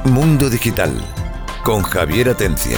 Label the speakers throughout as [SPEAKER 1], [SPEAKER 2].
[SPEAKER 1] Mundo Digital con Javier Atencia.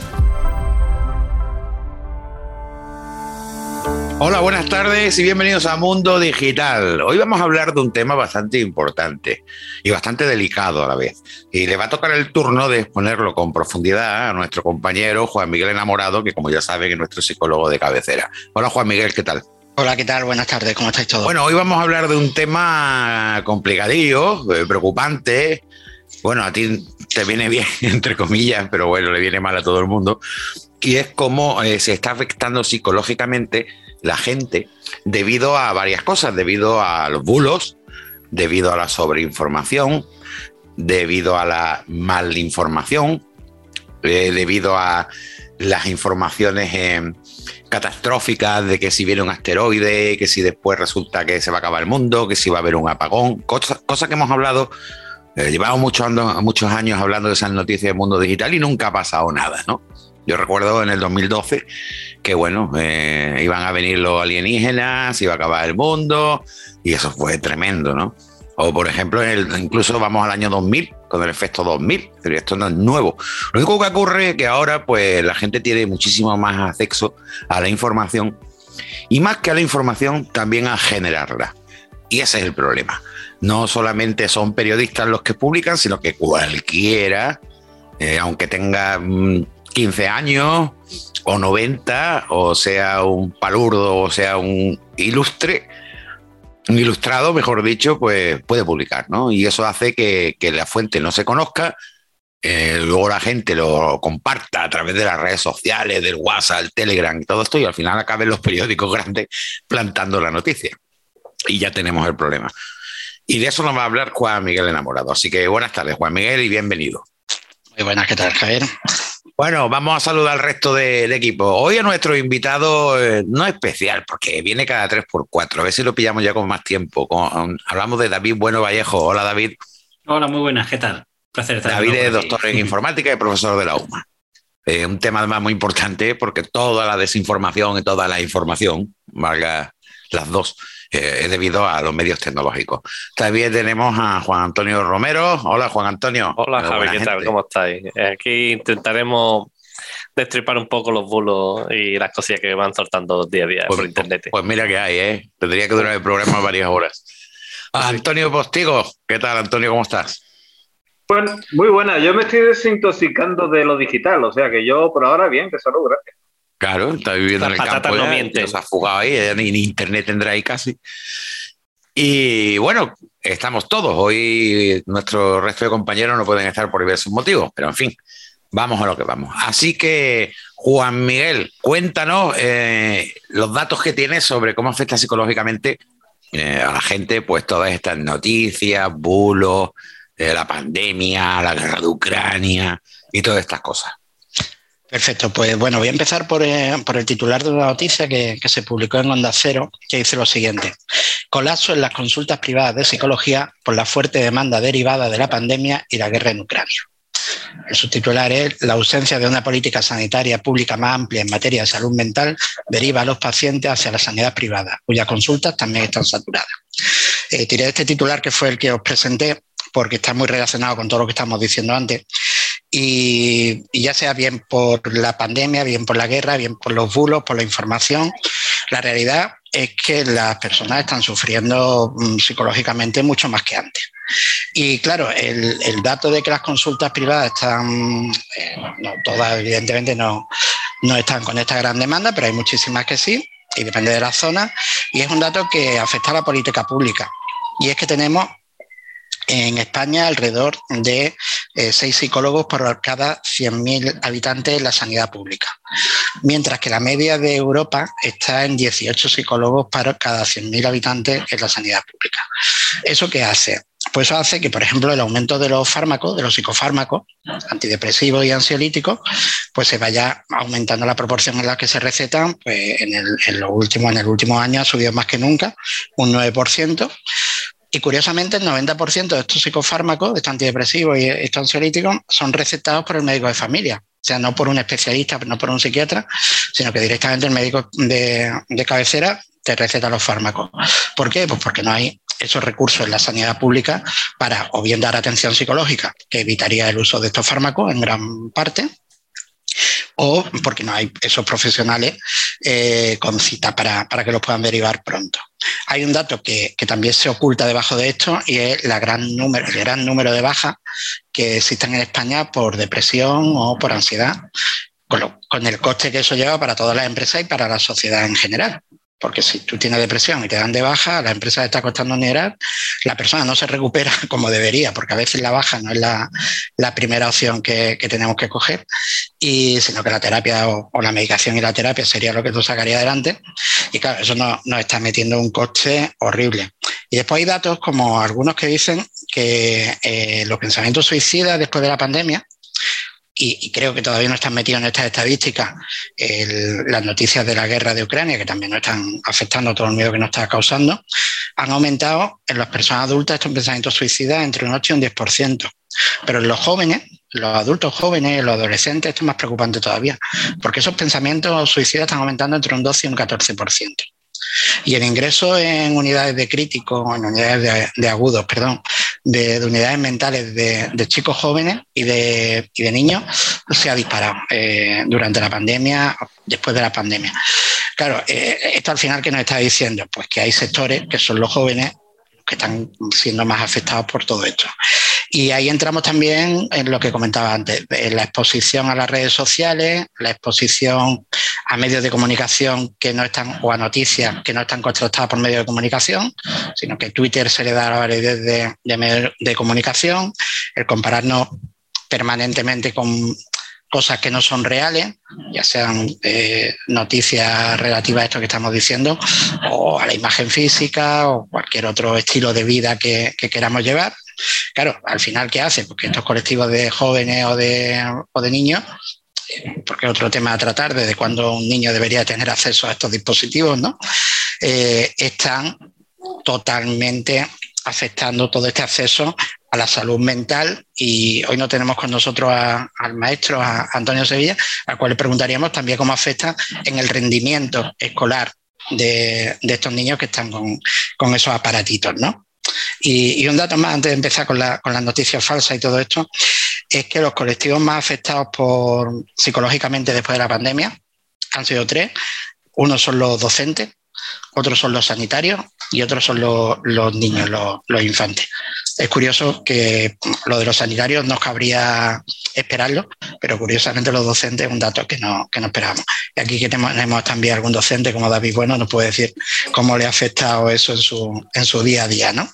[SPEAKER 2] Hola, buenas tardes y bienvenidos a Mundo Digital. Hoy vamos a hablar de un tema bastante importante y bastante delicado a la vez. Y le va a tocar el turno de exponerlo con profundidad a nuestro compañero Juan Miguel Enamorado, que como ya saben es nuestro psicólogo de cabecera. Hola Juan Miguel, ¿qué tal?
[SPEAKER 3] Hola, ¿qué tal? Buenas tardes, ¿cómo estáis todos?
[SPEAKER 2] Bueno, hoy vamos a hablar de un tema complicadillo, preocupante. Bueno, a ti te viene bien, entre comillas, pero bueno, le viene mal a todo el mundo. Y es cómo se está afectando psicológicamente la gente debido a varias cosas, debido a los bulos, debido a la sobreinformación, debido a la malinformación, debido a las informaciones catastróficas de que si viene un asteroide, que si después resulta que se va a acabar el mundo, que si va a haber un apagón, cosa que hemos hablado. Llevamos muchos años hablando de esas noticias del mundo digital y nunca ha pasado nada, ¿no? Yo recuerdo en el 2012 que, bueno, iban a venir los alienígenas, iba a acabar el mundo y eso fue tremendo, ¿no? O, por ejemplo, incluso vamos al año 2000, con el efecto 2000, pero esto no es nuevo. Lo único que ocurre es que ahora, pues, la gente tiene muchísimo más acceso a la información y más que a la información, también a generarla. Y ese es el problema. No solamente son periodistas los que publican, sino que cualquiera, aunque tenga 15 años o 90, o sea un palurdo, o sea un ilustrado, mejor dicho, pues puede publicar, ¿no? Y eso hace que la fuente no se conozca, luego la gente lo comparta a través de las redes sociales, del WhatsApp, el Telegram y todo esto, y al final acaben los periódicos grandes plantando la noticia. Y ya tenemos el problema. Y de eso nos va a hablar Juan Miguel Enamorado. Así que buenas tardes, Juan Miguel, y bienvenido.
[SPEAKER 3] Muy buenas, ¿qué tal, Javier?
[SPEAKER 2] Bueno, vamos a saludar al resto del equipo. Hoy a nuestro invitado no especial, porque viene cada 3x4. A ver si lo pillamos ya con más tiempo. Hablamos de David Bueno Vallejo. Hola, David.
[SPEAKER 4] Hola, muy buenas, ¿qué tal? Placer estar
[SPEAKER 2] David es doctor en informática y profesor de la UMA. Un tema además muy importante porque toda la desinformación y toda la información, valga las dos, es debido a los medios tecnológicos. También tenemos a Juan Antonio Romero. Hola, Juan Antonio.
[SPEAKER 5] Hola, Javi, ¿qué tal? ¿Cómo estáis? Aquí intentaremos destripar un poco los bulos y las cosillas que van soltando día a día por internet.
[SPEAKER 2] Pues mira que hay, tendría que durar el programa varias horas. Antonio Postigo, ¿qué tal, Antonio? ¿Cómo estás?
[SPEAKER 6] Bueno, muy buena. Yo me estoy desintoxicando de lo digital, o sea que yo por ahora bien, que salud, gracias.
[SPEAKER 2] Claro, está viviendo en el campo,
[SPEAKER 5] no mienten.
[SPEAKER 2] Se ha fugado ahí, ni internet tendrá ahí casi. Y bueno, estamos todos. Hoy nuestro resto de compañeros no pueden estar por diversos motivos, pero en fin, vamos a lo que vamos. Así que, Juan Miguel, cuéntanos los datos que tienes sobre cómo afecta psicológicamente a la gente, pues todas estas noticias, bulos, la pandemia, la guerra de Ucrania y todas estas cosas.
[SPEAKER 3] Perfecto, pues bueno, voy a empezar por el titular de una noticia que se publicó en Onda Cero, que dice lo siguiente: colapso en las consultas privadas de psicología por la fuerte demanda derivada de la pandemia y la guerra en Ucrania. El subtitular es: la ausencia de una política sanitaria pública más amplia en materia de salud mental deriva a los pacientes hacia la sanidad privada, cuyas consultas también están saturadas. Tiré este titular, que fue el que os presenté, porque está muy relacionado con todo lo que estamos diciendo antes. Y ya sea bien por la pandemia, bien por la guerra, bien por los bulos, por la información, la realidad es que las personas están sufriendo psicológicamente mucho más que antes. Y claro, el dato de que las consultas privadas están, no todas evidentemente no están con esta gran demanda, pero hay muchísimas que sí, y depende de la zona, y es un dato que afecta a la política pública. Y es que tenemos en España alrededor de 6 psicólogos por cada 100.000 habitantes en la sanidad pública, mientras que la media de Europa está en 18 psicólogos para cada 100.000 habitantes en la sanidad pública. ¿Eso qué hace? Pues eso hace que, por ejemplo, el aumento de los fármacos, de los psicofármacos, antidepresivos y ansiolíticos, pues se vaya aumentando la proporción en la que se recetan. Pues en el último año ha subido más que nunca, un 9%. Y curiosamente el 90% de estos psicofármacos, de estos antidepresivos y estos ansiolíticos, son recetados por el médico de familia. O sea, no por un especialista, no por un psiquiatra, sino que directamente el médico de cabecera te receta los fármacos. ¿Por qué? Pues porque no hay esos recursos en la sanidad pública para o bien dar atención psicológica, que evitaría el uso de estos fármacos en gran parte, o porque no hay esos profesionales con cita para que los puedan derivar pronto. Hay un dato que también se oculta debajo de esto y es el gran número de bajas que existen en España por depresión o por ansiedad, con el coste que eso lleva para todas las empresas y para la sociedad en general. Porque si tú tienes depresión y te dan de baja, a la empresa le está costando un dineral, la persona no se recupera como debería, porque a veces la baja no es la primera opción que tenemos que coger, sino que la terapia o la medicación y la terapia sería lo que tú sacarías adelante. Y claro, eso nos está metiendo un coste horrible. Y después hay datos como algunos que dicen que los pensamientos suicidas después de la pandemia, y creo que todavía no están metidos en estas estadísticas las noticias de la guerra de Ucrania, que también nos están afectando todo el miedo que nos está causando, han aumentado en las personas adultas estos pensamientos suicidas entre un 8 y un 10%. Pero en los jóvenes, los adultos jóvenes, los adolescentes, esto es más preocupante todavía, porque esos pensamientos suicidas están aumentando entre un 12 y un 14%. Y el ingreso en unidades de críticos, en unidades de agudos, perdón, de unidades mentales de chicos jóvenes y de niños se ha disparado durante la pandemia, después de la pandemia. Claro, esto al final, ¿qué nos está diciendo? Pues que hay sectores que son los jóvenes que están siendo más afectados por todo esto. Y ahí entramos también en lo que comentaba antes, en la exposición a las redes sociales, la exposición a medios de comunicación que no están, o a noticias que no están contrastadas por medios de comunicación, sino que Twitter se le da la validez de medios de comunicación, el compararnos permanentemente con cosas que no son reales, ya sean noticias relativas a esto que estamos diciendo, o a la imagen física, o cualquier otro estilo de vida que queramos llevar. Claro, al final, ¿qué hace? Porque estos colectivos de jóvenes o de niños, porque es otro tema a tratar, desde cuándo un niño debería tener acceso a estos dispositivos, ¿no? Están totalmente afectando todo este acceso a la salud mental, y hoy no tenemos con nosotros al maestro, a Antonio Sevilla, al cual le preguntaríamos también cómo afecta en el rendimiento escolar de estos niños que están con esos aparatitos, ¿no? Y un dato más, antes de empezar con las noticias falsas y todo esto, es que los colectivos más afectados psicológicamente después de la pandemia han sido 3. Uno son los docentes, otros son los sanitarios y otros son los niños, los infantes. Es curioso que lo de los sanitarios nos cabría esperarlo, pero curiosamente los docentes es un dato que no esperábamos. Y aquí que tenemos también algún docente como David Bueno, nos puede decir cómo le ha afectado eso en su día a día, ¿no?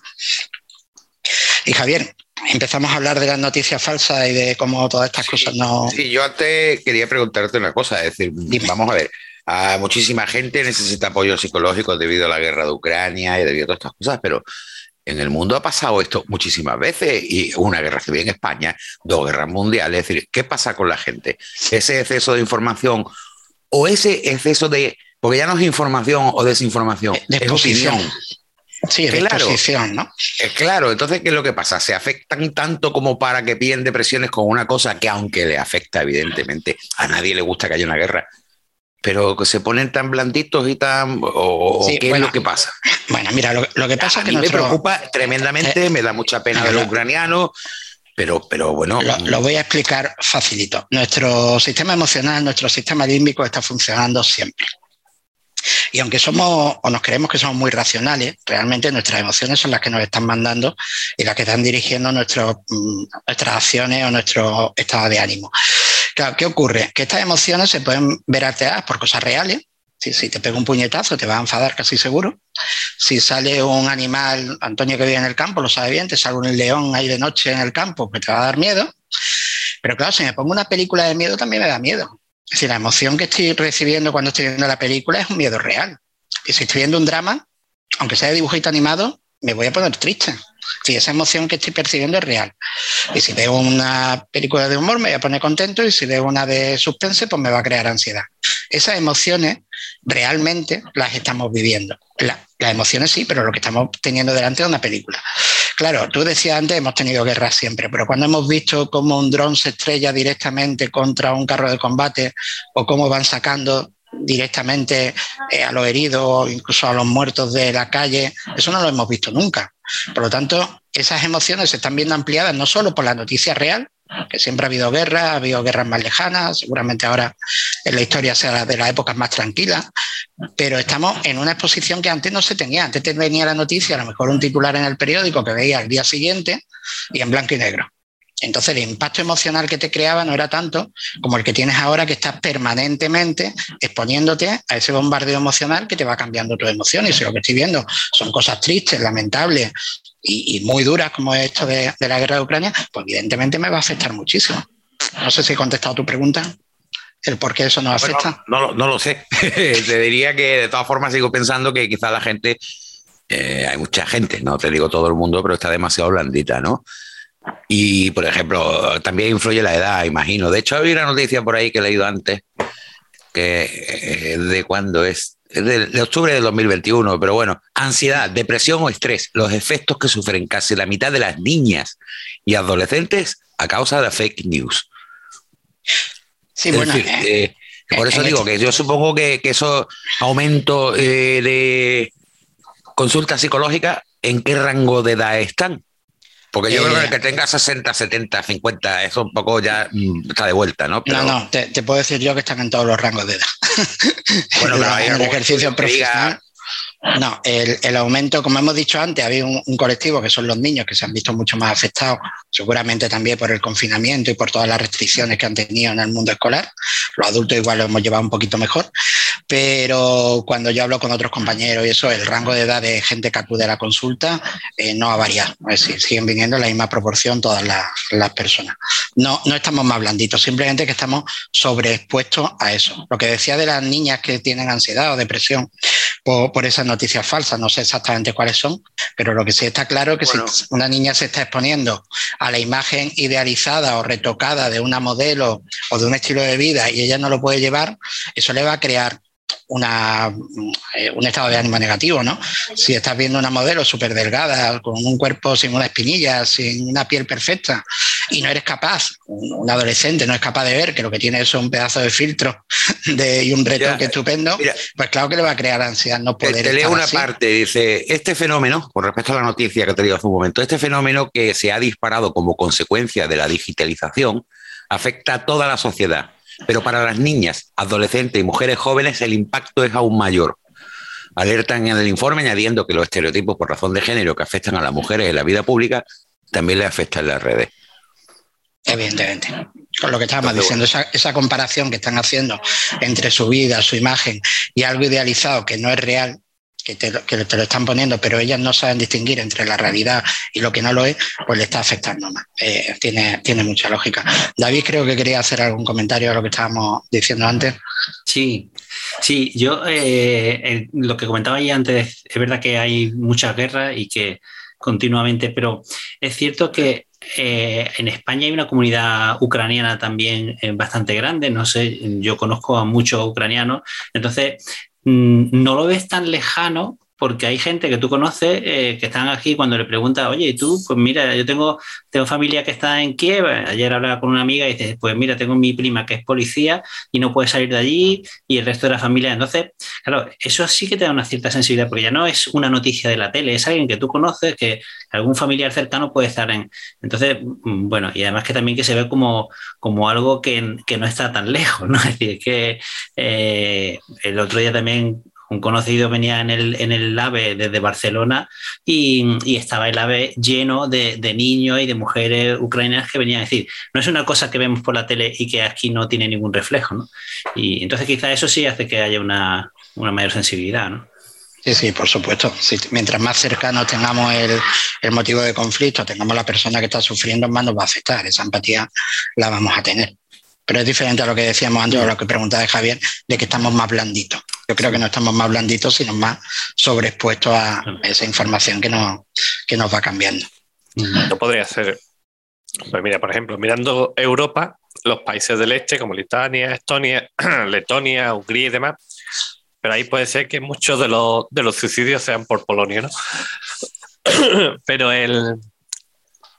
[SPEAKER 3] Y Javier, empezamos a hablar de las noticias falsas y de cómo todas estas cosas no...
[SPEAKER 2] Sí, yo antes quería preguntarte una cosa, es decir,
[SPEAKER 3] Dime.
[SPEAKER 2] Vamos a ver, muchísima gente necesita apoyo psicológico debido a la guerra de Ucrania y debido a todas estas cosas, pero en el mundo ha pasado esto muchísimas veces, y una guerra civil en España, 2 guerras mundiales. Es decir, ¿qué pasa con la gente? Ese exceso de información o ese exceso de... Porque ya no es información o desinformación,
[SPEAKER 3] de exposición.
[SPEAKER 2] Es opinión.
[SPEAKER 3] Sí, de exposición, ¿no?
[SPEAKER 2] Claro, entonces, ¿qué es lo que pasa? Se afectan tanto como para que pillen depresiones con una cosa que, aunque le afecta, evidentemente, a nadie le gusta que haya una guerra, pero que se ponen tan blanditos y tan... Sí, ¿qué es lo que pasa?
[SPEAKER 3] Bueno, mira, lo que pasa es que
[SPEAKER 2] me preocupa tremendamente, me da mucha pena de los ucranianos, pero bueno...
[SPEAKER 3] Lo voy a explicar facilito. Nuestro sistema emocional, nuestro sistema límbico está funcionando siempre. Y aunque somos o nos creemos que somos muy racionales, realmente nuestras emociones son las que nos están mandando y las que están dirigiendo nuestras acciones o nuestro estado de ánimo. Claro, ¿qué ocurre? Que estas emociones se pueden ver alteradas por cosas reales. Si te pega un puñetazo te vas a enfadar casi seguro. Si sale un animal, Antonio que vive en el campo lo sabe bien, te sale un león ahí de noche en el campo, pues te va a dar miedo. Pero claro, si me pongo una película de miedo también me da miedo. Es decir, la emoción que estoy recibiendo cuando estoy viendo la película es un miedo real. Y si estoy viendo un drama, aunque sea de dibujito animado, me voy a poner triste. Sí, esa emoción que estoy percibiendo es real. Y si veo una película de humor me voy a poner contento, y si veo una de suspense pues me va a crear ansiedad. Esas emociones realmente las estamos viviendo. Las emociones sí, pero lo que estamos teniendo delante es una película. Claro, tú decías antes, hemos tenido guerras siempre, pero cuando hemos visto cómo un dron se estrella directamente contra un carro de combate, o cómo van sacando directamente a los heridos, incluso a los muertos de la calle, eso no lo hemos visto nunca. Por lo tanto, esas emociones se están viendo ampliadas no solo por la noticia real, que siempre ha habido guerras, ha habido guerras más lejanas, seguramente ahora en la historia sea de las épocas más tranquilas, pero estamos en una exposición que antes no se tenía. Antes te venía la noticia, a lo mejor un titular en el periódico que veía al día siguiente y en blanco y negro. Entonces el impacto emocional que te creaba no era tanto como el que tienes ahora, que estás permanentemente exponiéndote a ese bombardeo emocional que te va cambiando tus emociones. Y si lo que estoy viendo son cosas tristes, lamentables y muy duras como esto de la guerra de Ucrania, pues evidentemente me va a afectar muchísimo. No sé si he contestado tu pregunta, el por qué eso nos afecta.
[SPEAKER 2] No lo sé. Te diría que de todas formas sigo pensando que quizá la gente, hay mucha gente, no te digo todo el mundo, pero está demasiado blandita, ¿no? Y, por ejemplo, también influye la edad, imagino. De hecho, había una noticia por ahí que he leído antes, que de cuándo es, de octubre del 2021, pero bueno, ansiedad, depresión o estrés, los efectos que sufren casi la mitad de las niñas y adolescentes a causa de la fake news.
[SPEAKER 3] Sí,
[SPEAKER 2] es
[SPEAKER 3] bueno,
[SPEAKER 2] decir, por eso digo que yo supongo que esos aumentos de consultas psicológicas, ¿en qué rango de edad están? Porque yo creo que el que tenga 60, 70, 50, eso un poco ya está de vuelta, ¿no? Pero...
[SPEAKER 3] No, te puedo decir yo que están en todos los rangos de edad.
[SPEAKER 2] Bueno, pero hay
[SPEAKER 3] en el ejercicio profesional. No, el aumento, como hemos dicho antes, había un colectivo que son los niños que se han visto mucho más afectados, seguramente también por el confinamiento y por todas las restricciones que han tenido en el mundo escolar. Los adultos igual lo hemos llevado un poquito mejor, pero cuando yo hablo con otros compañeros y eso, el rango de edad de gente que acude a la consulta no ha variado. Es decir, siguen viniendo en la misma proporción todas las personas. No estamos más blanditos, simplemente que estamos sobreexpuestos a eso. Lo que decía de las niñas que tienen ansiedad o depresión por esas noticias falsas, no sé exactamente cuáles son, pero lo que sí está claro es que si una niña se está exponiendo a la imagen idealizada o retocada de una modelo o de un estilo de vida y ella no lo puede llevar, eso le va a crear un estado de ánimo negativo, ¿no? Si estás viendo una modelo súper delgada, con un cuerpo sin una espinilla, sin una piel perfecta, y no eres capaz, un adolescente no es capaz de ver que lo que tiene es un pedazo de filtro y un retoque estupendo, pues claro que le va a crear ansiedad no poder
[SPEAKER 2] te leo una
[SPEAKER 3] así.
[SPEAKER 2] parte, dice, este fenómeno, con respecto a la noticia que te digo hace un momento, este fenómeno que se ha disparado como consecuencia de la digitalización afecta a toda la sociedad. Pero para las niñas, adolescentes y mujeres jóvenes el impacto es aún mayor. Alertan en el informe añadiendo que los estereotipos por razón de género que afectan a las mujeres en la vida pública también les afectan en las redes.
[SPEAKER 3] Evidentemente. Con lo que estábamos diciendo, esa comparación que están haciendo entre su vida, su imagen y algo idealizado que no es real, que te lo están poniendo, pero ellas no saben distinguir entre la realidad y lo que no lo es, pues le está afectando más. Tiene mucha lógica. David, creo que quería hacer algún comentario a lo que estábamos diciendo antes.
[SPEAKER 4] Sí, yo lo que comentaba ahí antes, es verdad que hay muchas guerras y que continuamente, pero es cierto que en España hay una comunidad ucraniana también bastante grande, no sé, yo conozco a muchos ucranianos, entonces no lo ves tan lejano porque hay gente que tú conoces que están aquí cuando le preguntas, oye, ¿y tú? Pues mira, yo tengo familia que está en Kiev, ayer hablaba con una amiga y dice, pues mira, tengo mi prima que es policía y no puede salir de allí y el resto de la familia. Entonces, claro, eso sí que te da una cierta sensibilidad porque ya no es una noticia de la tele, es alguien que tú conoces, que algún familiar cercano puede estar en... Entonces, bueno, y además que también que se ve como algo que no está tan lejos, ¿no? Es decir, que el otro día también un conocido venía en el AVE desde Barcelona y estaba el AVE lleno de niños y de mujeres ucranianas que venían a decir, no es una cosa que vemos por la tele y que aquí no tiene ningún reflejo, ¿no? Y entonces quizás eso sí hace que haya una mayor sensibilidad, ¿no?
[SPEAKER 3] Sí, por supuesto. Sí, mientras más cercano tengamos el motivo de conflicto, tengamos la persona que está sufriendo, más nos va a afectar. Esa empatía la vamos a tener. Pero es diferente a lo que decíamos antes, o a lo que preguntaba Javier, de que estamos más blanditos. Yo creo que no estamos más blanditos, sino más sobreexpuestos a esa información que nos va cambiando.
[SPEAKER 5] No podría ser. Pues mira, por ejemplo, mirando Europa, los países del este, como Lituania, Estonia, Letonia, Hungría y demás, pero ahí puede ser que muchos de los suicidios sean por Polonia, ¿no? Pero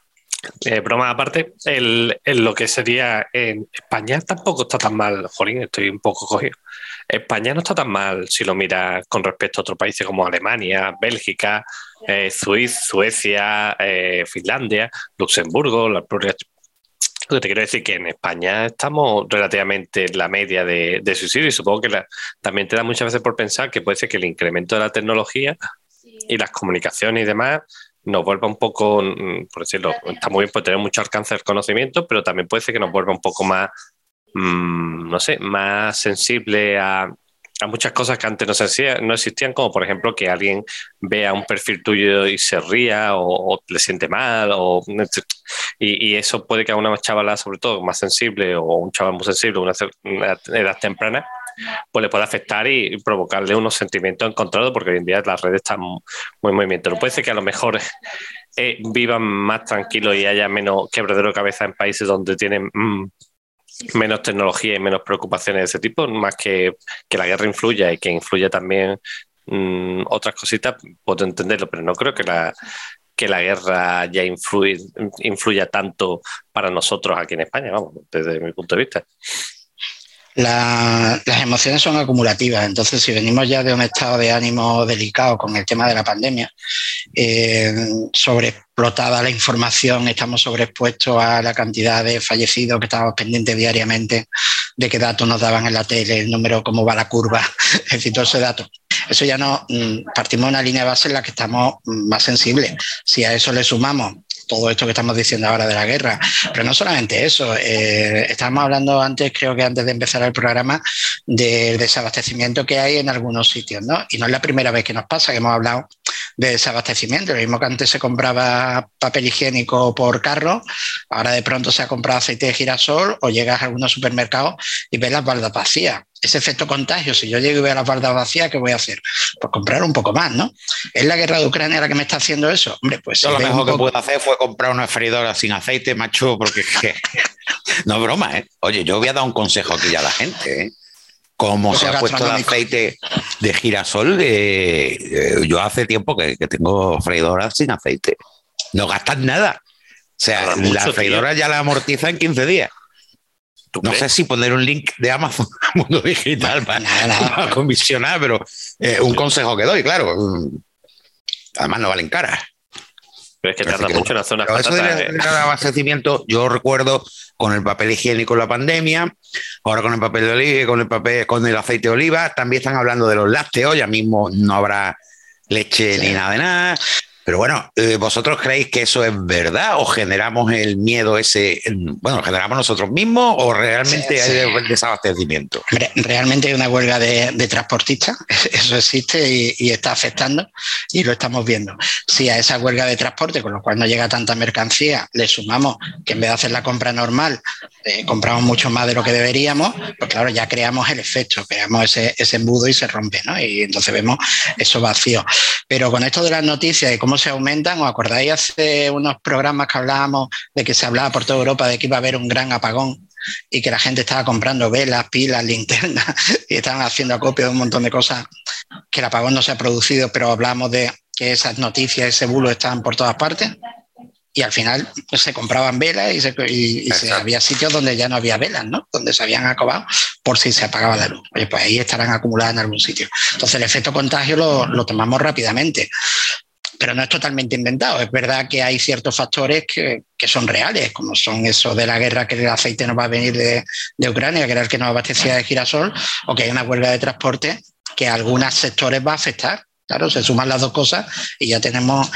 [SPEAKER 5] broma aparte, en lo que sería en España tampoco está tan mal, jolín, estoy un poco cogido. España no está tan mal si lo miras con respecto a otros países como Alemania, Bélgica, Suecia, Finlandia, Luxemburgo, la propia. Lo que te quiero decir que en España estamos relativamente en la media de suicidio y supongo que también te da muchas veces por pensar que puede ser que el incremento de la tecnología y las comunicaciones y demás nos vuelva un poco, por decirlo, está muy bien por tener mucho alcance del conocimiento, pero también puede ser que nos vuelva un poco más, no sé, más sensible a muchas cosas que antes no existían, como por ejemplo que alguien vea un perfil tuyo y se ría o le siente mal, y eso puede que a una chavala, sobre todo, más sensible o un chaval muy sensible, una edad temprana, pues le puede afectar y provocarle unos sentimientos encontrados, porque hoy en día las redes están muy en movimiento. No puede ser que a lo mejor vivan más tranquilos y haya menos quebradero de cabeza en países donde tienen menos tecnología y menos preocupaciones de ese tipo, más que la guerra influya y que influya también otras cositas, puedo entenderlo, pero no creo que la guerra ya influya tanto para nosotros aquí en España, vamos, desde mi punto de vista.
[SPEAKER 3] Las emociones son acumulativas, entonces si venimos ya de un estado de ánimo delicado con el tema de la pandemia, sobreexplotada la información, estamos sobreexpuestos a la cantidad de fallecidos que estábamos pendientes diariamente de qué datos nos daban en la tele, el número, cómo va la curva, es decir, todo ese dato. Eso ya no partimos de una línea de base en la que estamos más sensibles. Si a eso le sumamos todo esto que estamos diciendo ahora de la guerra, pero no solamente eso, estábamos hablando antes, creo que antes de empezar el programa, del desabastecimiento que hay en algunos sitios, ¿no? Y no es la primera vez que nos pasa, que hemos hablado de desabastecimiento. Lo mismo que antes se compraba papel higiénico por carro, ahora de pronto se ha comprado aceite de girasol, o llegas a algunos supermercados y ves las baldas vacías. Ese efecto contagio, si yo llego y veo las baldas vacías, ¿qué voy a hacer? Pues comprar un poco más, ¿no? ¿Es la guerra de Ucrania la que me está haciendo eso? Hombre, pues
[SPEAKER 2] yo lo mejor que puedo hacer fue comprar una freidora sin aceite, macho, porque no es broma, ¿eh? Oye, yo voy a dar un consejo aquí ya a la gente, ¿eh? Como se ha puesto el aceite de girasol, yo hace tiempo que tengo freidoras sin aceite. No gastas nada. O sea, la freidora ya la amortiza en 15 días. No sé si poner un link de Amazon al Mundo Digital para comisionar, pero un consejo que doy, claro. Además no valen caras.
[SPEAKER 5] Pero es que tarda mucho en hacer unas
[SPEAKER 2] patatas. Eso del abastecimiento, yo recuerdo con el papel higiénico en la pandemia, ahora con el papel de oliva, con el aceite de oliva, también están hablando de los lácteos, ya mismo no habrá leche ni nada de nada. Pero bueno, ¿vosotros creéis que eso es verdad o generamos el miedo ese? Bueno, ¿generamos nosotros mismos o realmente hay desabastecimiento?
[SPEAKER 3] Realmente hay una huelga de transportistas, eso existe y está afectando y lo estamos viendo. Si a esa huelga de transporte, con lo cual no llega tanta mercancía, le sumamos que en vez de hacer la compra normal, compramos mucho más de lo que deberíamos, pues claro, ya creamos el efecto, creamos ese embudo y se rompe, ¿no? Y entonces vemos eso vacío. Pero con esto de las noticias y cómo se aumentan, ¿os acordáis hace unos programas que hablábamos de que se hablaba por toda Europa de que iba a haber un gran apagón y que la gente estaba comprando velas, pilas, linternas y estaban haciendo acopio de un montón de cosas, que el apagón no se ha producido, pero hablamos de que esas noticias, ese bulo estaban por todas partes? Y al final pues, se compraban velas y había sitios donde ya no había velas, ¿no? Donde se habían acabado por si se apagaba la luz. Oye, pues ahí estarán acumuladas en algún sitio. Entonces el efecto contagio lo tomamos rápidamente. Pero no es totalmente inventado. Es verdad que hay ciertos factores que son reales, como son eso de la guerra, que el aceite no va a venir de Ucrania, que era el que nos abastecía de girasol, o que hay una huelga de transporte que a algunos sectores va a afectar. Claro, se suman las dos cosas y ya tenemos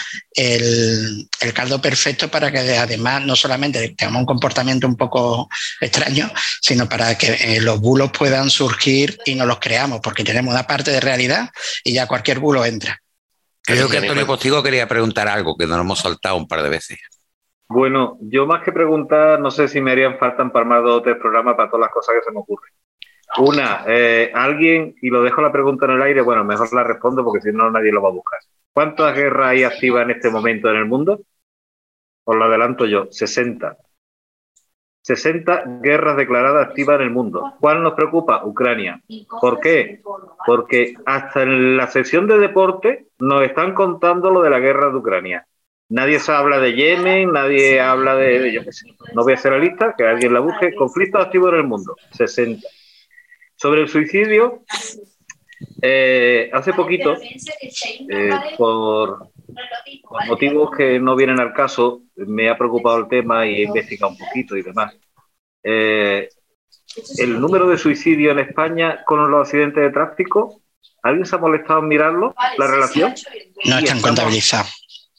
[SPEAKER 3] el caldo perfecto para que además no solamente tengamos un comportamiento un poco extraño, sino para que los bulos puedan surgir y nos los creamos, porque tenemos una parte de realidad y ya cualquier bulo entra.
[SPEAKER 2] Creo que Antonio Postigo quería preguntar algo que nos lo hemos saltado un par de veces.
[SPEAKER 6] Bueno, yo más que preguntar, no sé si me harían falta empalmar 2 o 3 programas para todas las cosas que se me ocurren. Una, alguien, y lo dejo la pregunta en el aire, bueno, mejor la respondo porque si no nadie lo va a buscar. ¿Cuántas guerras hay activas en este momento en el mundo? Os lo adelanto yo, 60. 60 guerras declaradas activas en el mundo. ¿Cuál nos preocupa? Ucrania. ¿Por qué? Porque hasta en la sección de deporte nos están contando lo de la guerra de Ucrania. Nadie se habla de Yemen, nadie habla yo qué sé, no voy a hacer la lista, que alguien la busque. Conflictos activos en el mundo, 60. Sobre el suicidio, hace poquito, por motivos que no vienen al caso, me ha preocupado el tema y he investigado un poquito y demás. El número de suicidios en España con los accidentes de tráfico, ¿alguien se ha molestado en mirarlo? ¿La relación?
[SPEAKER 3] No están contabilizados.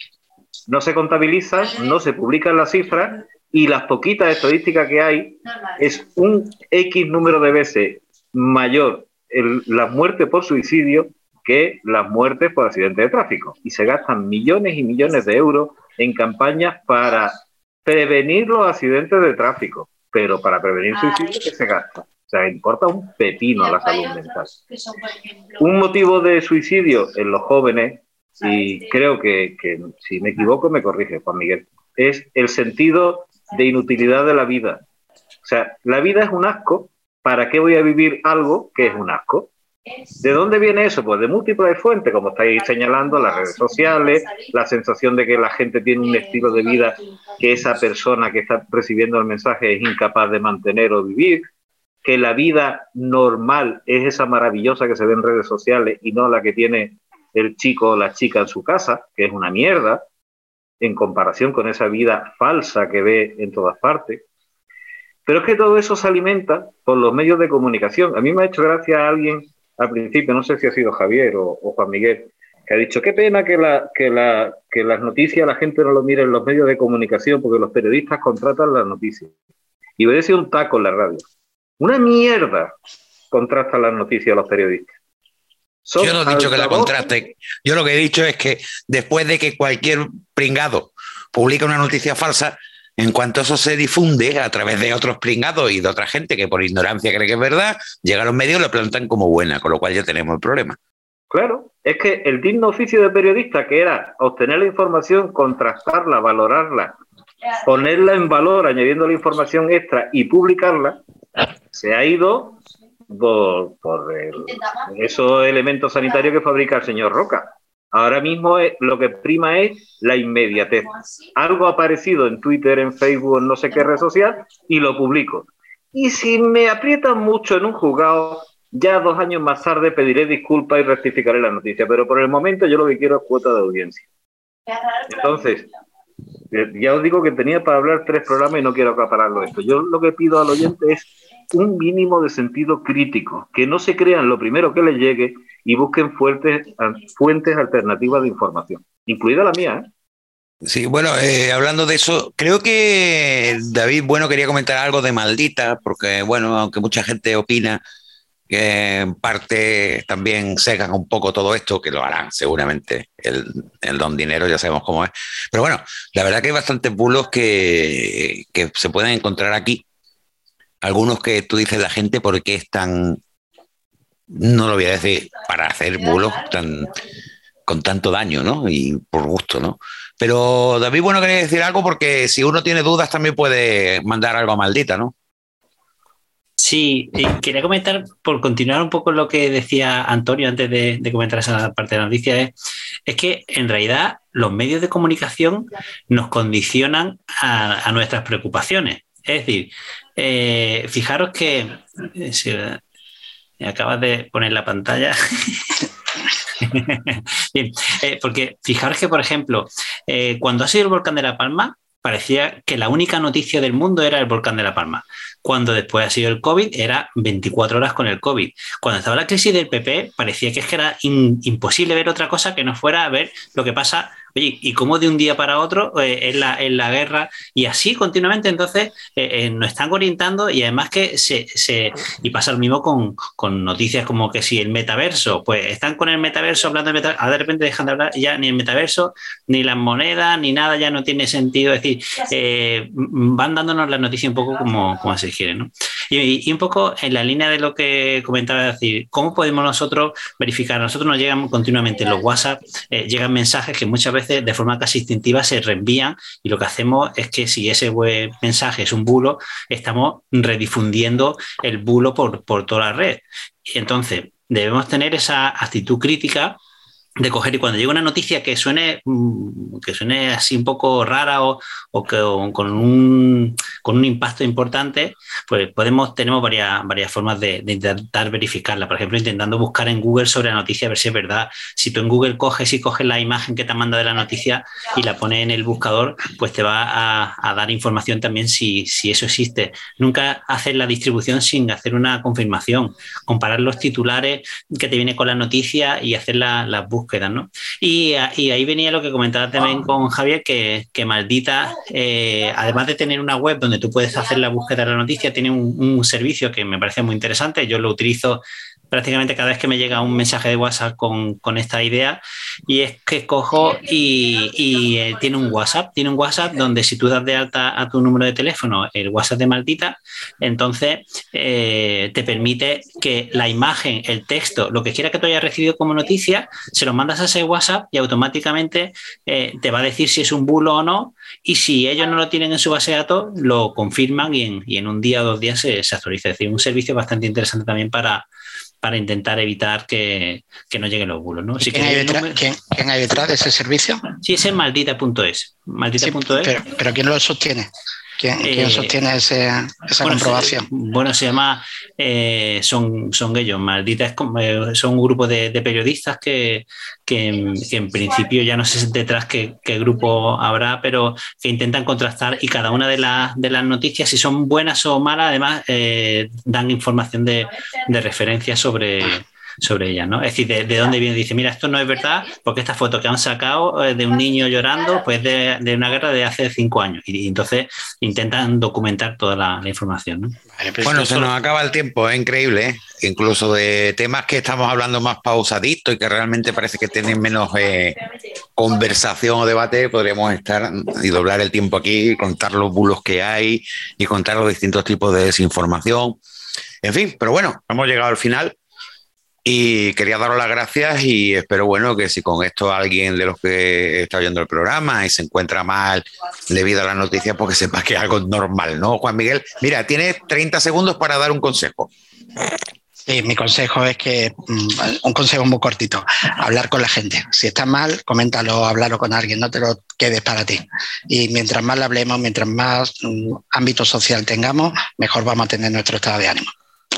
[SPEAKER 6] No se contabilizan, no se publican las cifras y las poquitas estadísticas que hay es un X número de veces mayor las muertes por suicidio que las muertes por accidentes de tráfico. Y se gastan millones y millones de euros en campañas para prevenir los accidentes de tráfico. Pero para prevenir suicidio, ¿qué se gasta? O sea, importa un pepino a la salud mental. Un motivo de suicidio en los jóvenes, y creo que si me equivoco me corrige Juan Miguel, es el sentido de inutilidad de la vida. O sea, la vida es un asco, ¿para qué voy a vivir algo que es un asco? ¿De dónde viene eso? Pues de múltiples fuentes, como estáis señalando, las redes sociales, la sensación de que la gente tiene un estilo de vida que esa persona que está recibiendo el mensaje es incapaz de mantener o vivir, que la vida normal es esa maravillosa que se ve en redes sociales y no la que tiene el chico o la chica en su casa, que es una mierda, en comparación con esa vida falsa que ve en todas partes. Pero es que todo eso se alimenta por los medios de comunicación. A mí me ha hecho gracia alguien al principio, no sé si ha sido Javier o Juan Miguel, que ha dicho, qué pena que las noticias la gente no lo mire en los medios de comunicación porque los periodistas contratan las noticias. Y voy a decir un taco en la radio. Una mierda contrastan las noticias los periodistas.
[SPEAKER 2] Yo no he dicho que la contraste. Yo lo que he dicho es que después de que cualquier pringado publica una noticia falsa, en cuanto eso se difunde a través de otros pringados y de otra gente que por ignorancia cree que es verdad, llega a los medios y lo plantan como buena, con lo cual ya tenemos el problema.
[SPEAKER 6] Claro, es que el digno oficio de periodista, que era obtener la información, contrastarla, valorarla, ponerla en valor, añadiendo la información extra y publicarla, se ha ido por esos elementos sanitarios que fabrica el señor Roca. Ahora mismo lo que prima es la inmediatez. Algo ha aparecido en Twitter, en Facebook, en no sé qué red social, y lo publico. Y si me aprietan mucho en un juzgado, ya 2 años más tarde pediré disculpas y rectificaré la noticia. Pero por el momento yo lo que quiero es cuota de audiencia. Entonces, ya os digo que tenía para hablar 3 programas y no quiero acapararlo esto. Yo lo que pido al oyente es un mínimo de sentido crítico, que no se crean lo primero que les llegue y busquen fuentes alternativas de información, incluida la mía, ¿eh?
[SPEAKER 2] Sí, bueno, hablando de eso, creo que David, bueno, quería comentar algo de Maldita, porque, bueno, aunque mucha gente opina que en parte también secan un poco todo esto, que lo harán seguramente, el don dinero ya sabemos cómo es, pero bueno, la verdad que hay bastantes bulos que se pueden encontrar aquí, algunos que tú dices la gente, ¿por qué es tan...? No lo voy a decir para hacer bulos con tanto daño, ¿no? Y por gusto, ¿no? Pero David, bueno, quería decir algo porque si uno tiene dudas también puede mandar algo a Maldita, ¿no?
[SPEAKER 4] Sí, y quería comentar, por continuar un poco lo que decía Antonio antes de comentar esa parte de la noticia, es que en realidad los medios de comunicación nos condicionan a nuestras preocupaciones. Es decir, fijaros que... acabas de poner la pantalla. Bien, porque fijaros que, por ejemplo, cuando ha sido el volcán de La Palma, parecía que la única noticia del mundo era el volcán de La Palma. Cuando después ha sido el COVID, era 24 horas con el COVID. Cuando estaba la crisis del PP, parecía que era imposible ver otra cosa que no fuera a ver lo que pasa. Oye, y cómo de un día para otro en la guerra, y así continuamente, entonces nos están orientando, y además que y pasa lo mismo con noticias como que si el metaverso, pues están con el metaverso hablando de metaverso, ahora de repente dejan de hablar ya ni el metaverso, ni las monedas, ni nada, ya no tiene sentido. Es decir, van dándonos la noticia un poco como se quiere, ¿no? Y un poco en la línea de lo que comentaba, es decir, ¿cómo podemos nosotros verificar? A nosotros nos llegan continuamente en los WhatsApp, llegan mensajes que muchas veces de forma casi instintiva se reenvían, y lo que hacemos es que si ese mensaje es un bulo, estamos redifundiendo el bulo por toda la red. Y entonces debemos tener esa actitud crítica de coger, y cuando llega una noticia que suene así un poco rara o con un impacto importante, pues tenemos varias formas de intentar verificarla. Por ejemplo, intentando buscar en Google sobre la noticia a ver si es verdad. Si tú en Google coges la imagen que te han mandado de la noticia y la pones en el buscador, pues te va a dar información también si eso existe. Nunca hacer la distribución sin hacer una confirmación. Comparar los titulares que te viene con la noticia y hacer las búsquedas, ¿no? Y ahí venía lo que comentaba también con Javier, que Maldita, además de tener una web donde tú puedes hacer la búsqueda de la noticia, tiene un servicio que me parece muy interesante. Yo lo utilizo prácticamente cada vez que me llega un mensaje de WhatsApp con esta idea, y es que cojo y tiene un WhatsApp donde si tú das de alta a tu número de teléfono el WhatsApp de Maldita, entonces te permite que la imagen, el texto, lo que quiera que tú hayas recibido como noticia, se lo mandas a ese WhatsApp y automáticamente te va a decir si es un bulo o no, y si ellos no lo tienen en su base de datos, lo confirman y en un día o 2 días se actualiza. Es decir, un servicio bastante interesante también para intentar evitar que no lleguen los bulos, ¿no?
[SPEAKER 3] ¿Quién hay detrás de ese servicio?
[SPEAKER 4] Sí, ese es maldita.es. Maldita.es.
[SPEAKER 3] Sí, pero ¿quién lo sostiene? ¿Quién sostiene esa comprobación?
[SPEAKER 4] Se llama, son ellos. Maldita son un grupo de periodistas que en principio ya no sé detrás qué grupo habrá, pero que intentan contrastar, y cada una de las noticias, si son buenas o malas, además dan información de referencia sobre ellas, ¿no? Es decir, de dónde viene. Dice, mira, esto no es verdad porque esta foto que han sacado de un niño llorando, pues de una guerra de hace 5 años. Y entonces intentan documentar toda la información, ¿no?
[SPEAKER 2] Bueno, se nos acaba el tiempo, es increíble, ¿eh? Incluso de temas que estamos hablando más pausaditos y que realmente parece que tienen menos conversación o debate, podríamos estar y doblar el tiempo aquí, contar los bulos que hay y contar los distintos tipos de desinformación. En fin, pero bueno, hemos llegado al final. Y quería daros las gracias, y espero, bueno, que si con esto alguien de los que está oyendo el programa y se encuentra mal debido a las noticias, pues que sepa que es algo normal, ¿no? Juan Miguel, mira, tienes 30 segundos para dar un consejo.
[SPEAKER 3] Sí, mi consejo es que, un consejo muy cortito, hablar con la gente. Si estás mal, coméntalo, háblalo con alguien, no te lo quedes para ti. Y mientras más le hablemos, mientras más ámbito social tengamos, mejor vamos a tener nuestro estado de ánimo.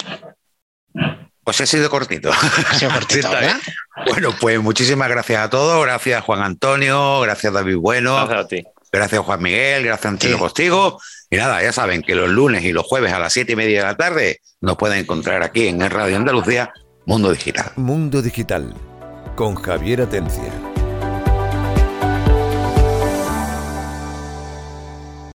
[SPEAKER 2] Pues ha sido cortito.
[SPEAKER 3] Ha sido cortito, ¿verdad?
[SPEAKER 2] Bueno, pues muchísimas gracias a todos. Gracias, Juan Antonio. Gracias, David Bueno.
[SPEAKER 5] Gracias a ti.
[SPEAKER 2] Gracias, Juan Miguel. Gracias, Antonio Postigo. Y nada, ya saben que los lunes y los jueves a las 7:30 de la tarde nos pueden encontrar aquí en Radio Andalucía, Mundo Digital.
[SPEAKER 1] Mundo Digital con Javier Atencia.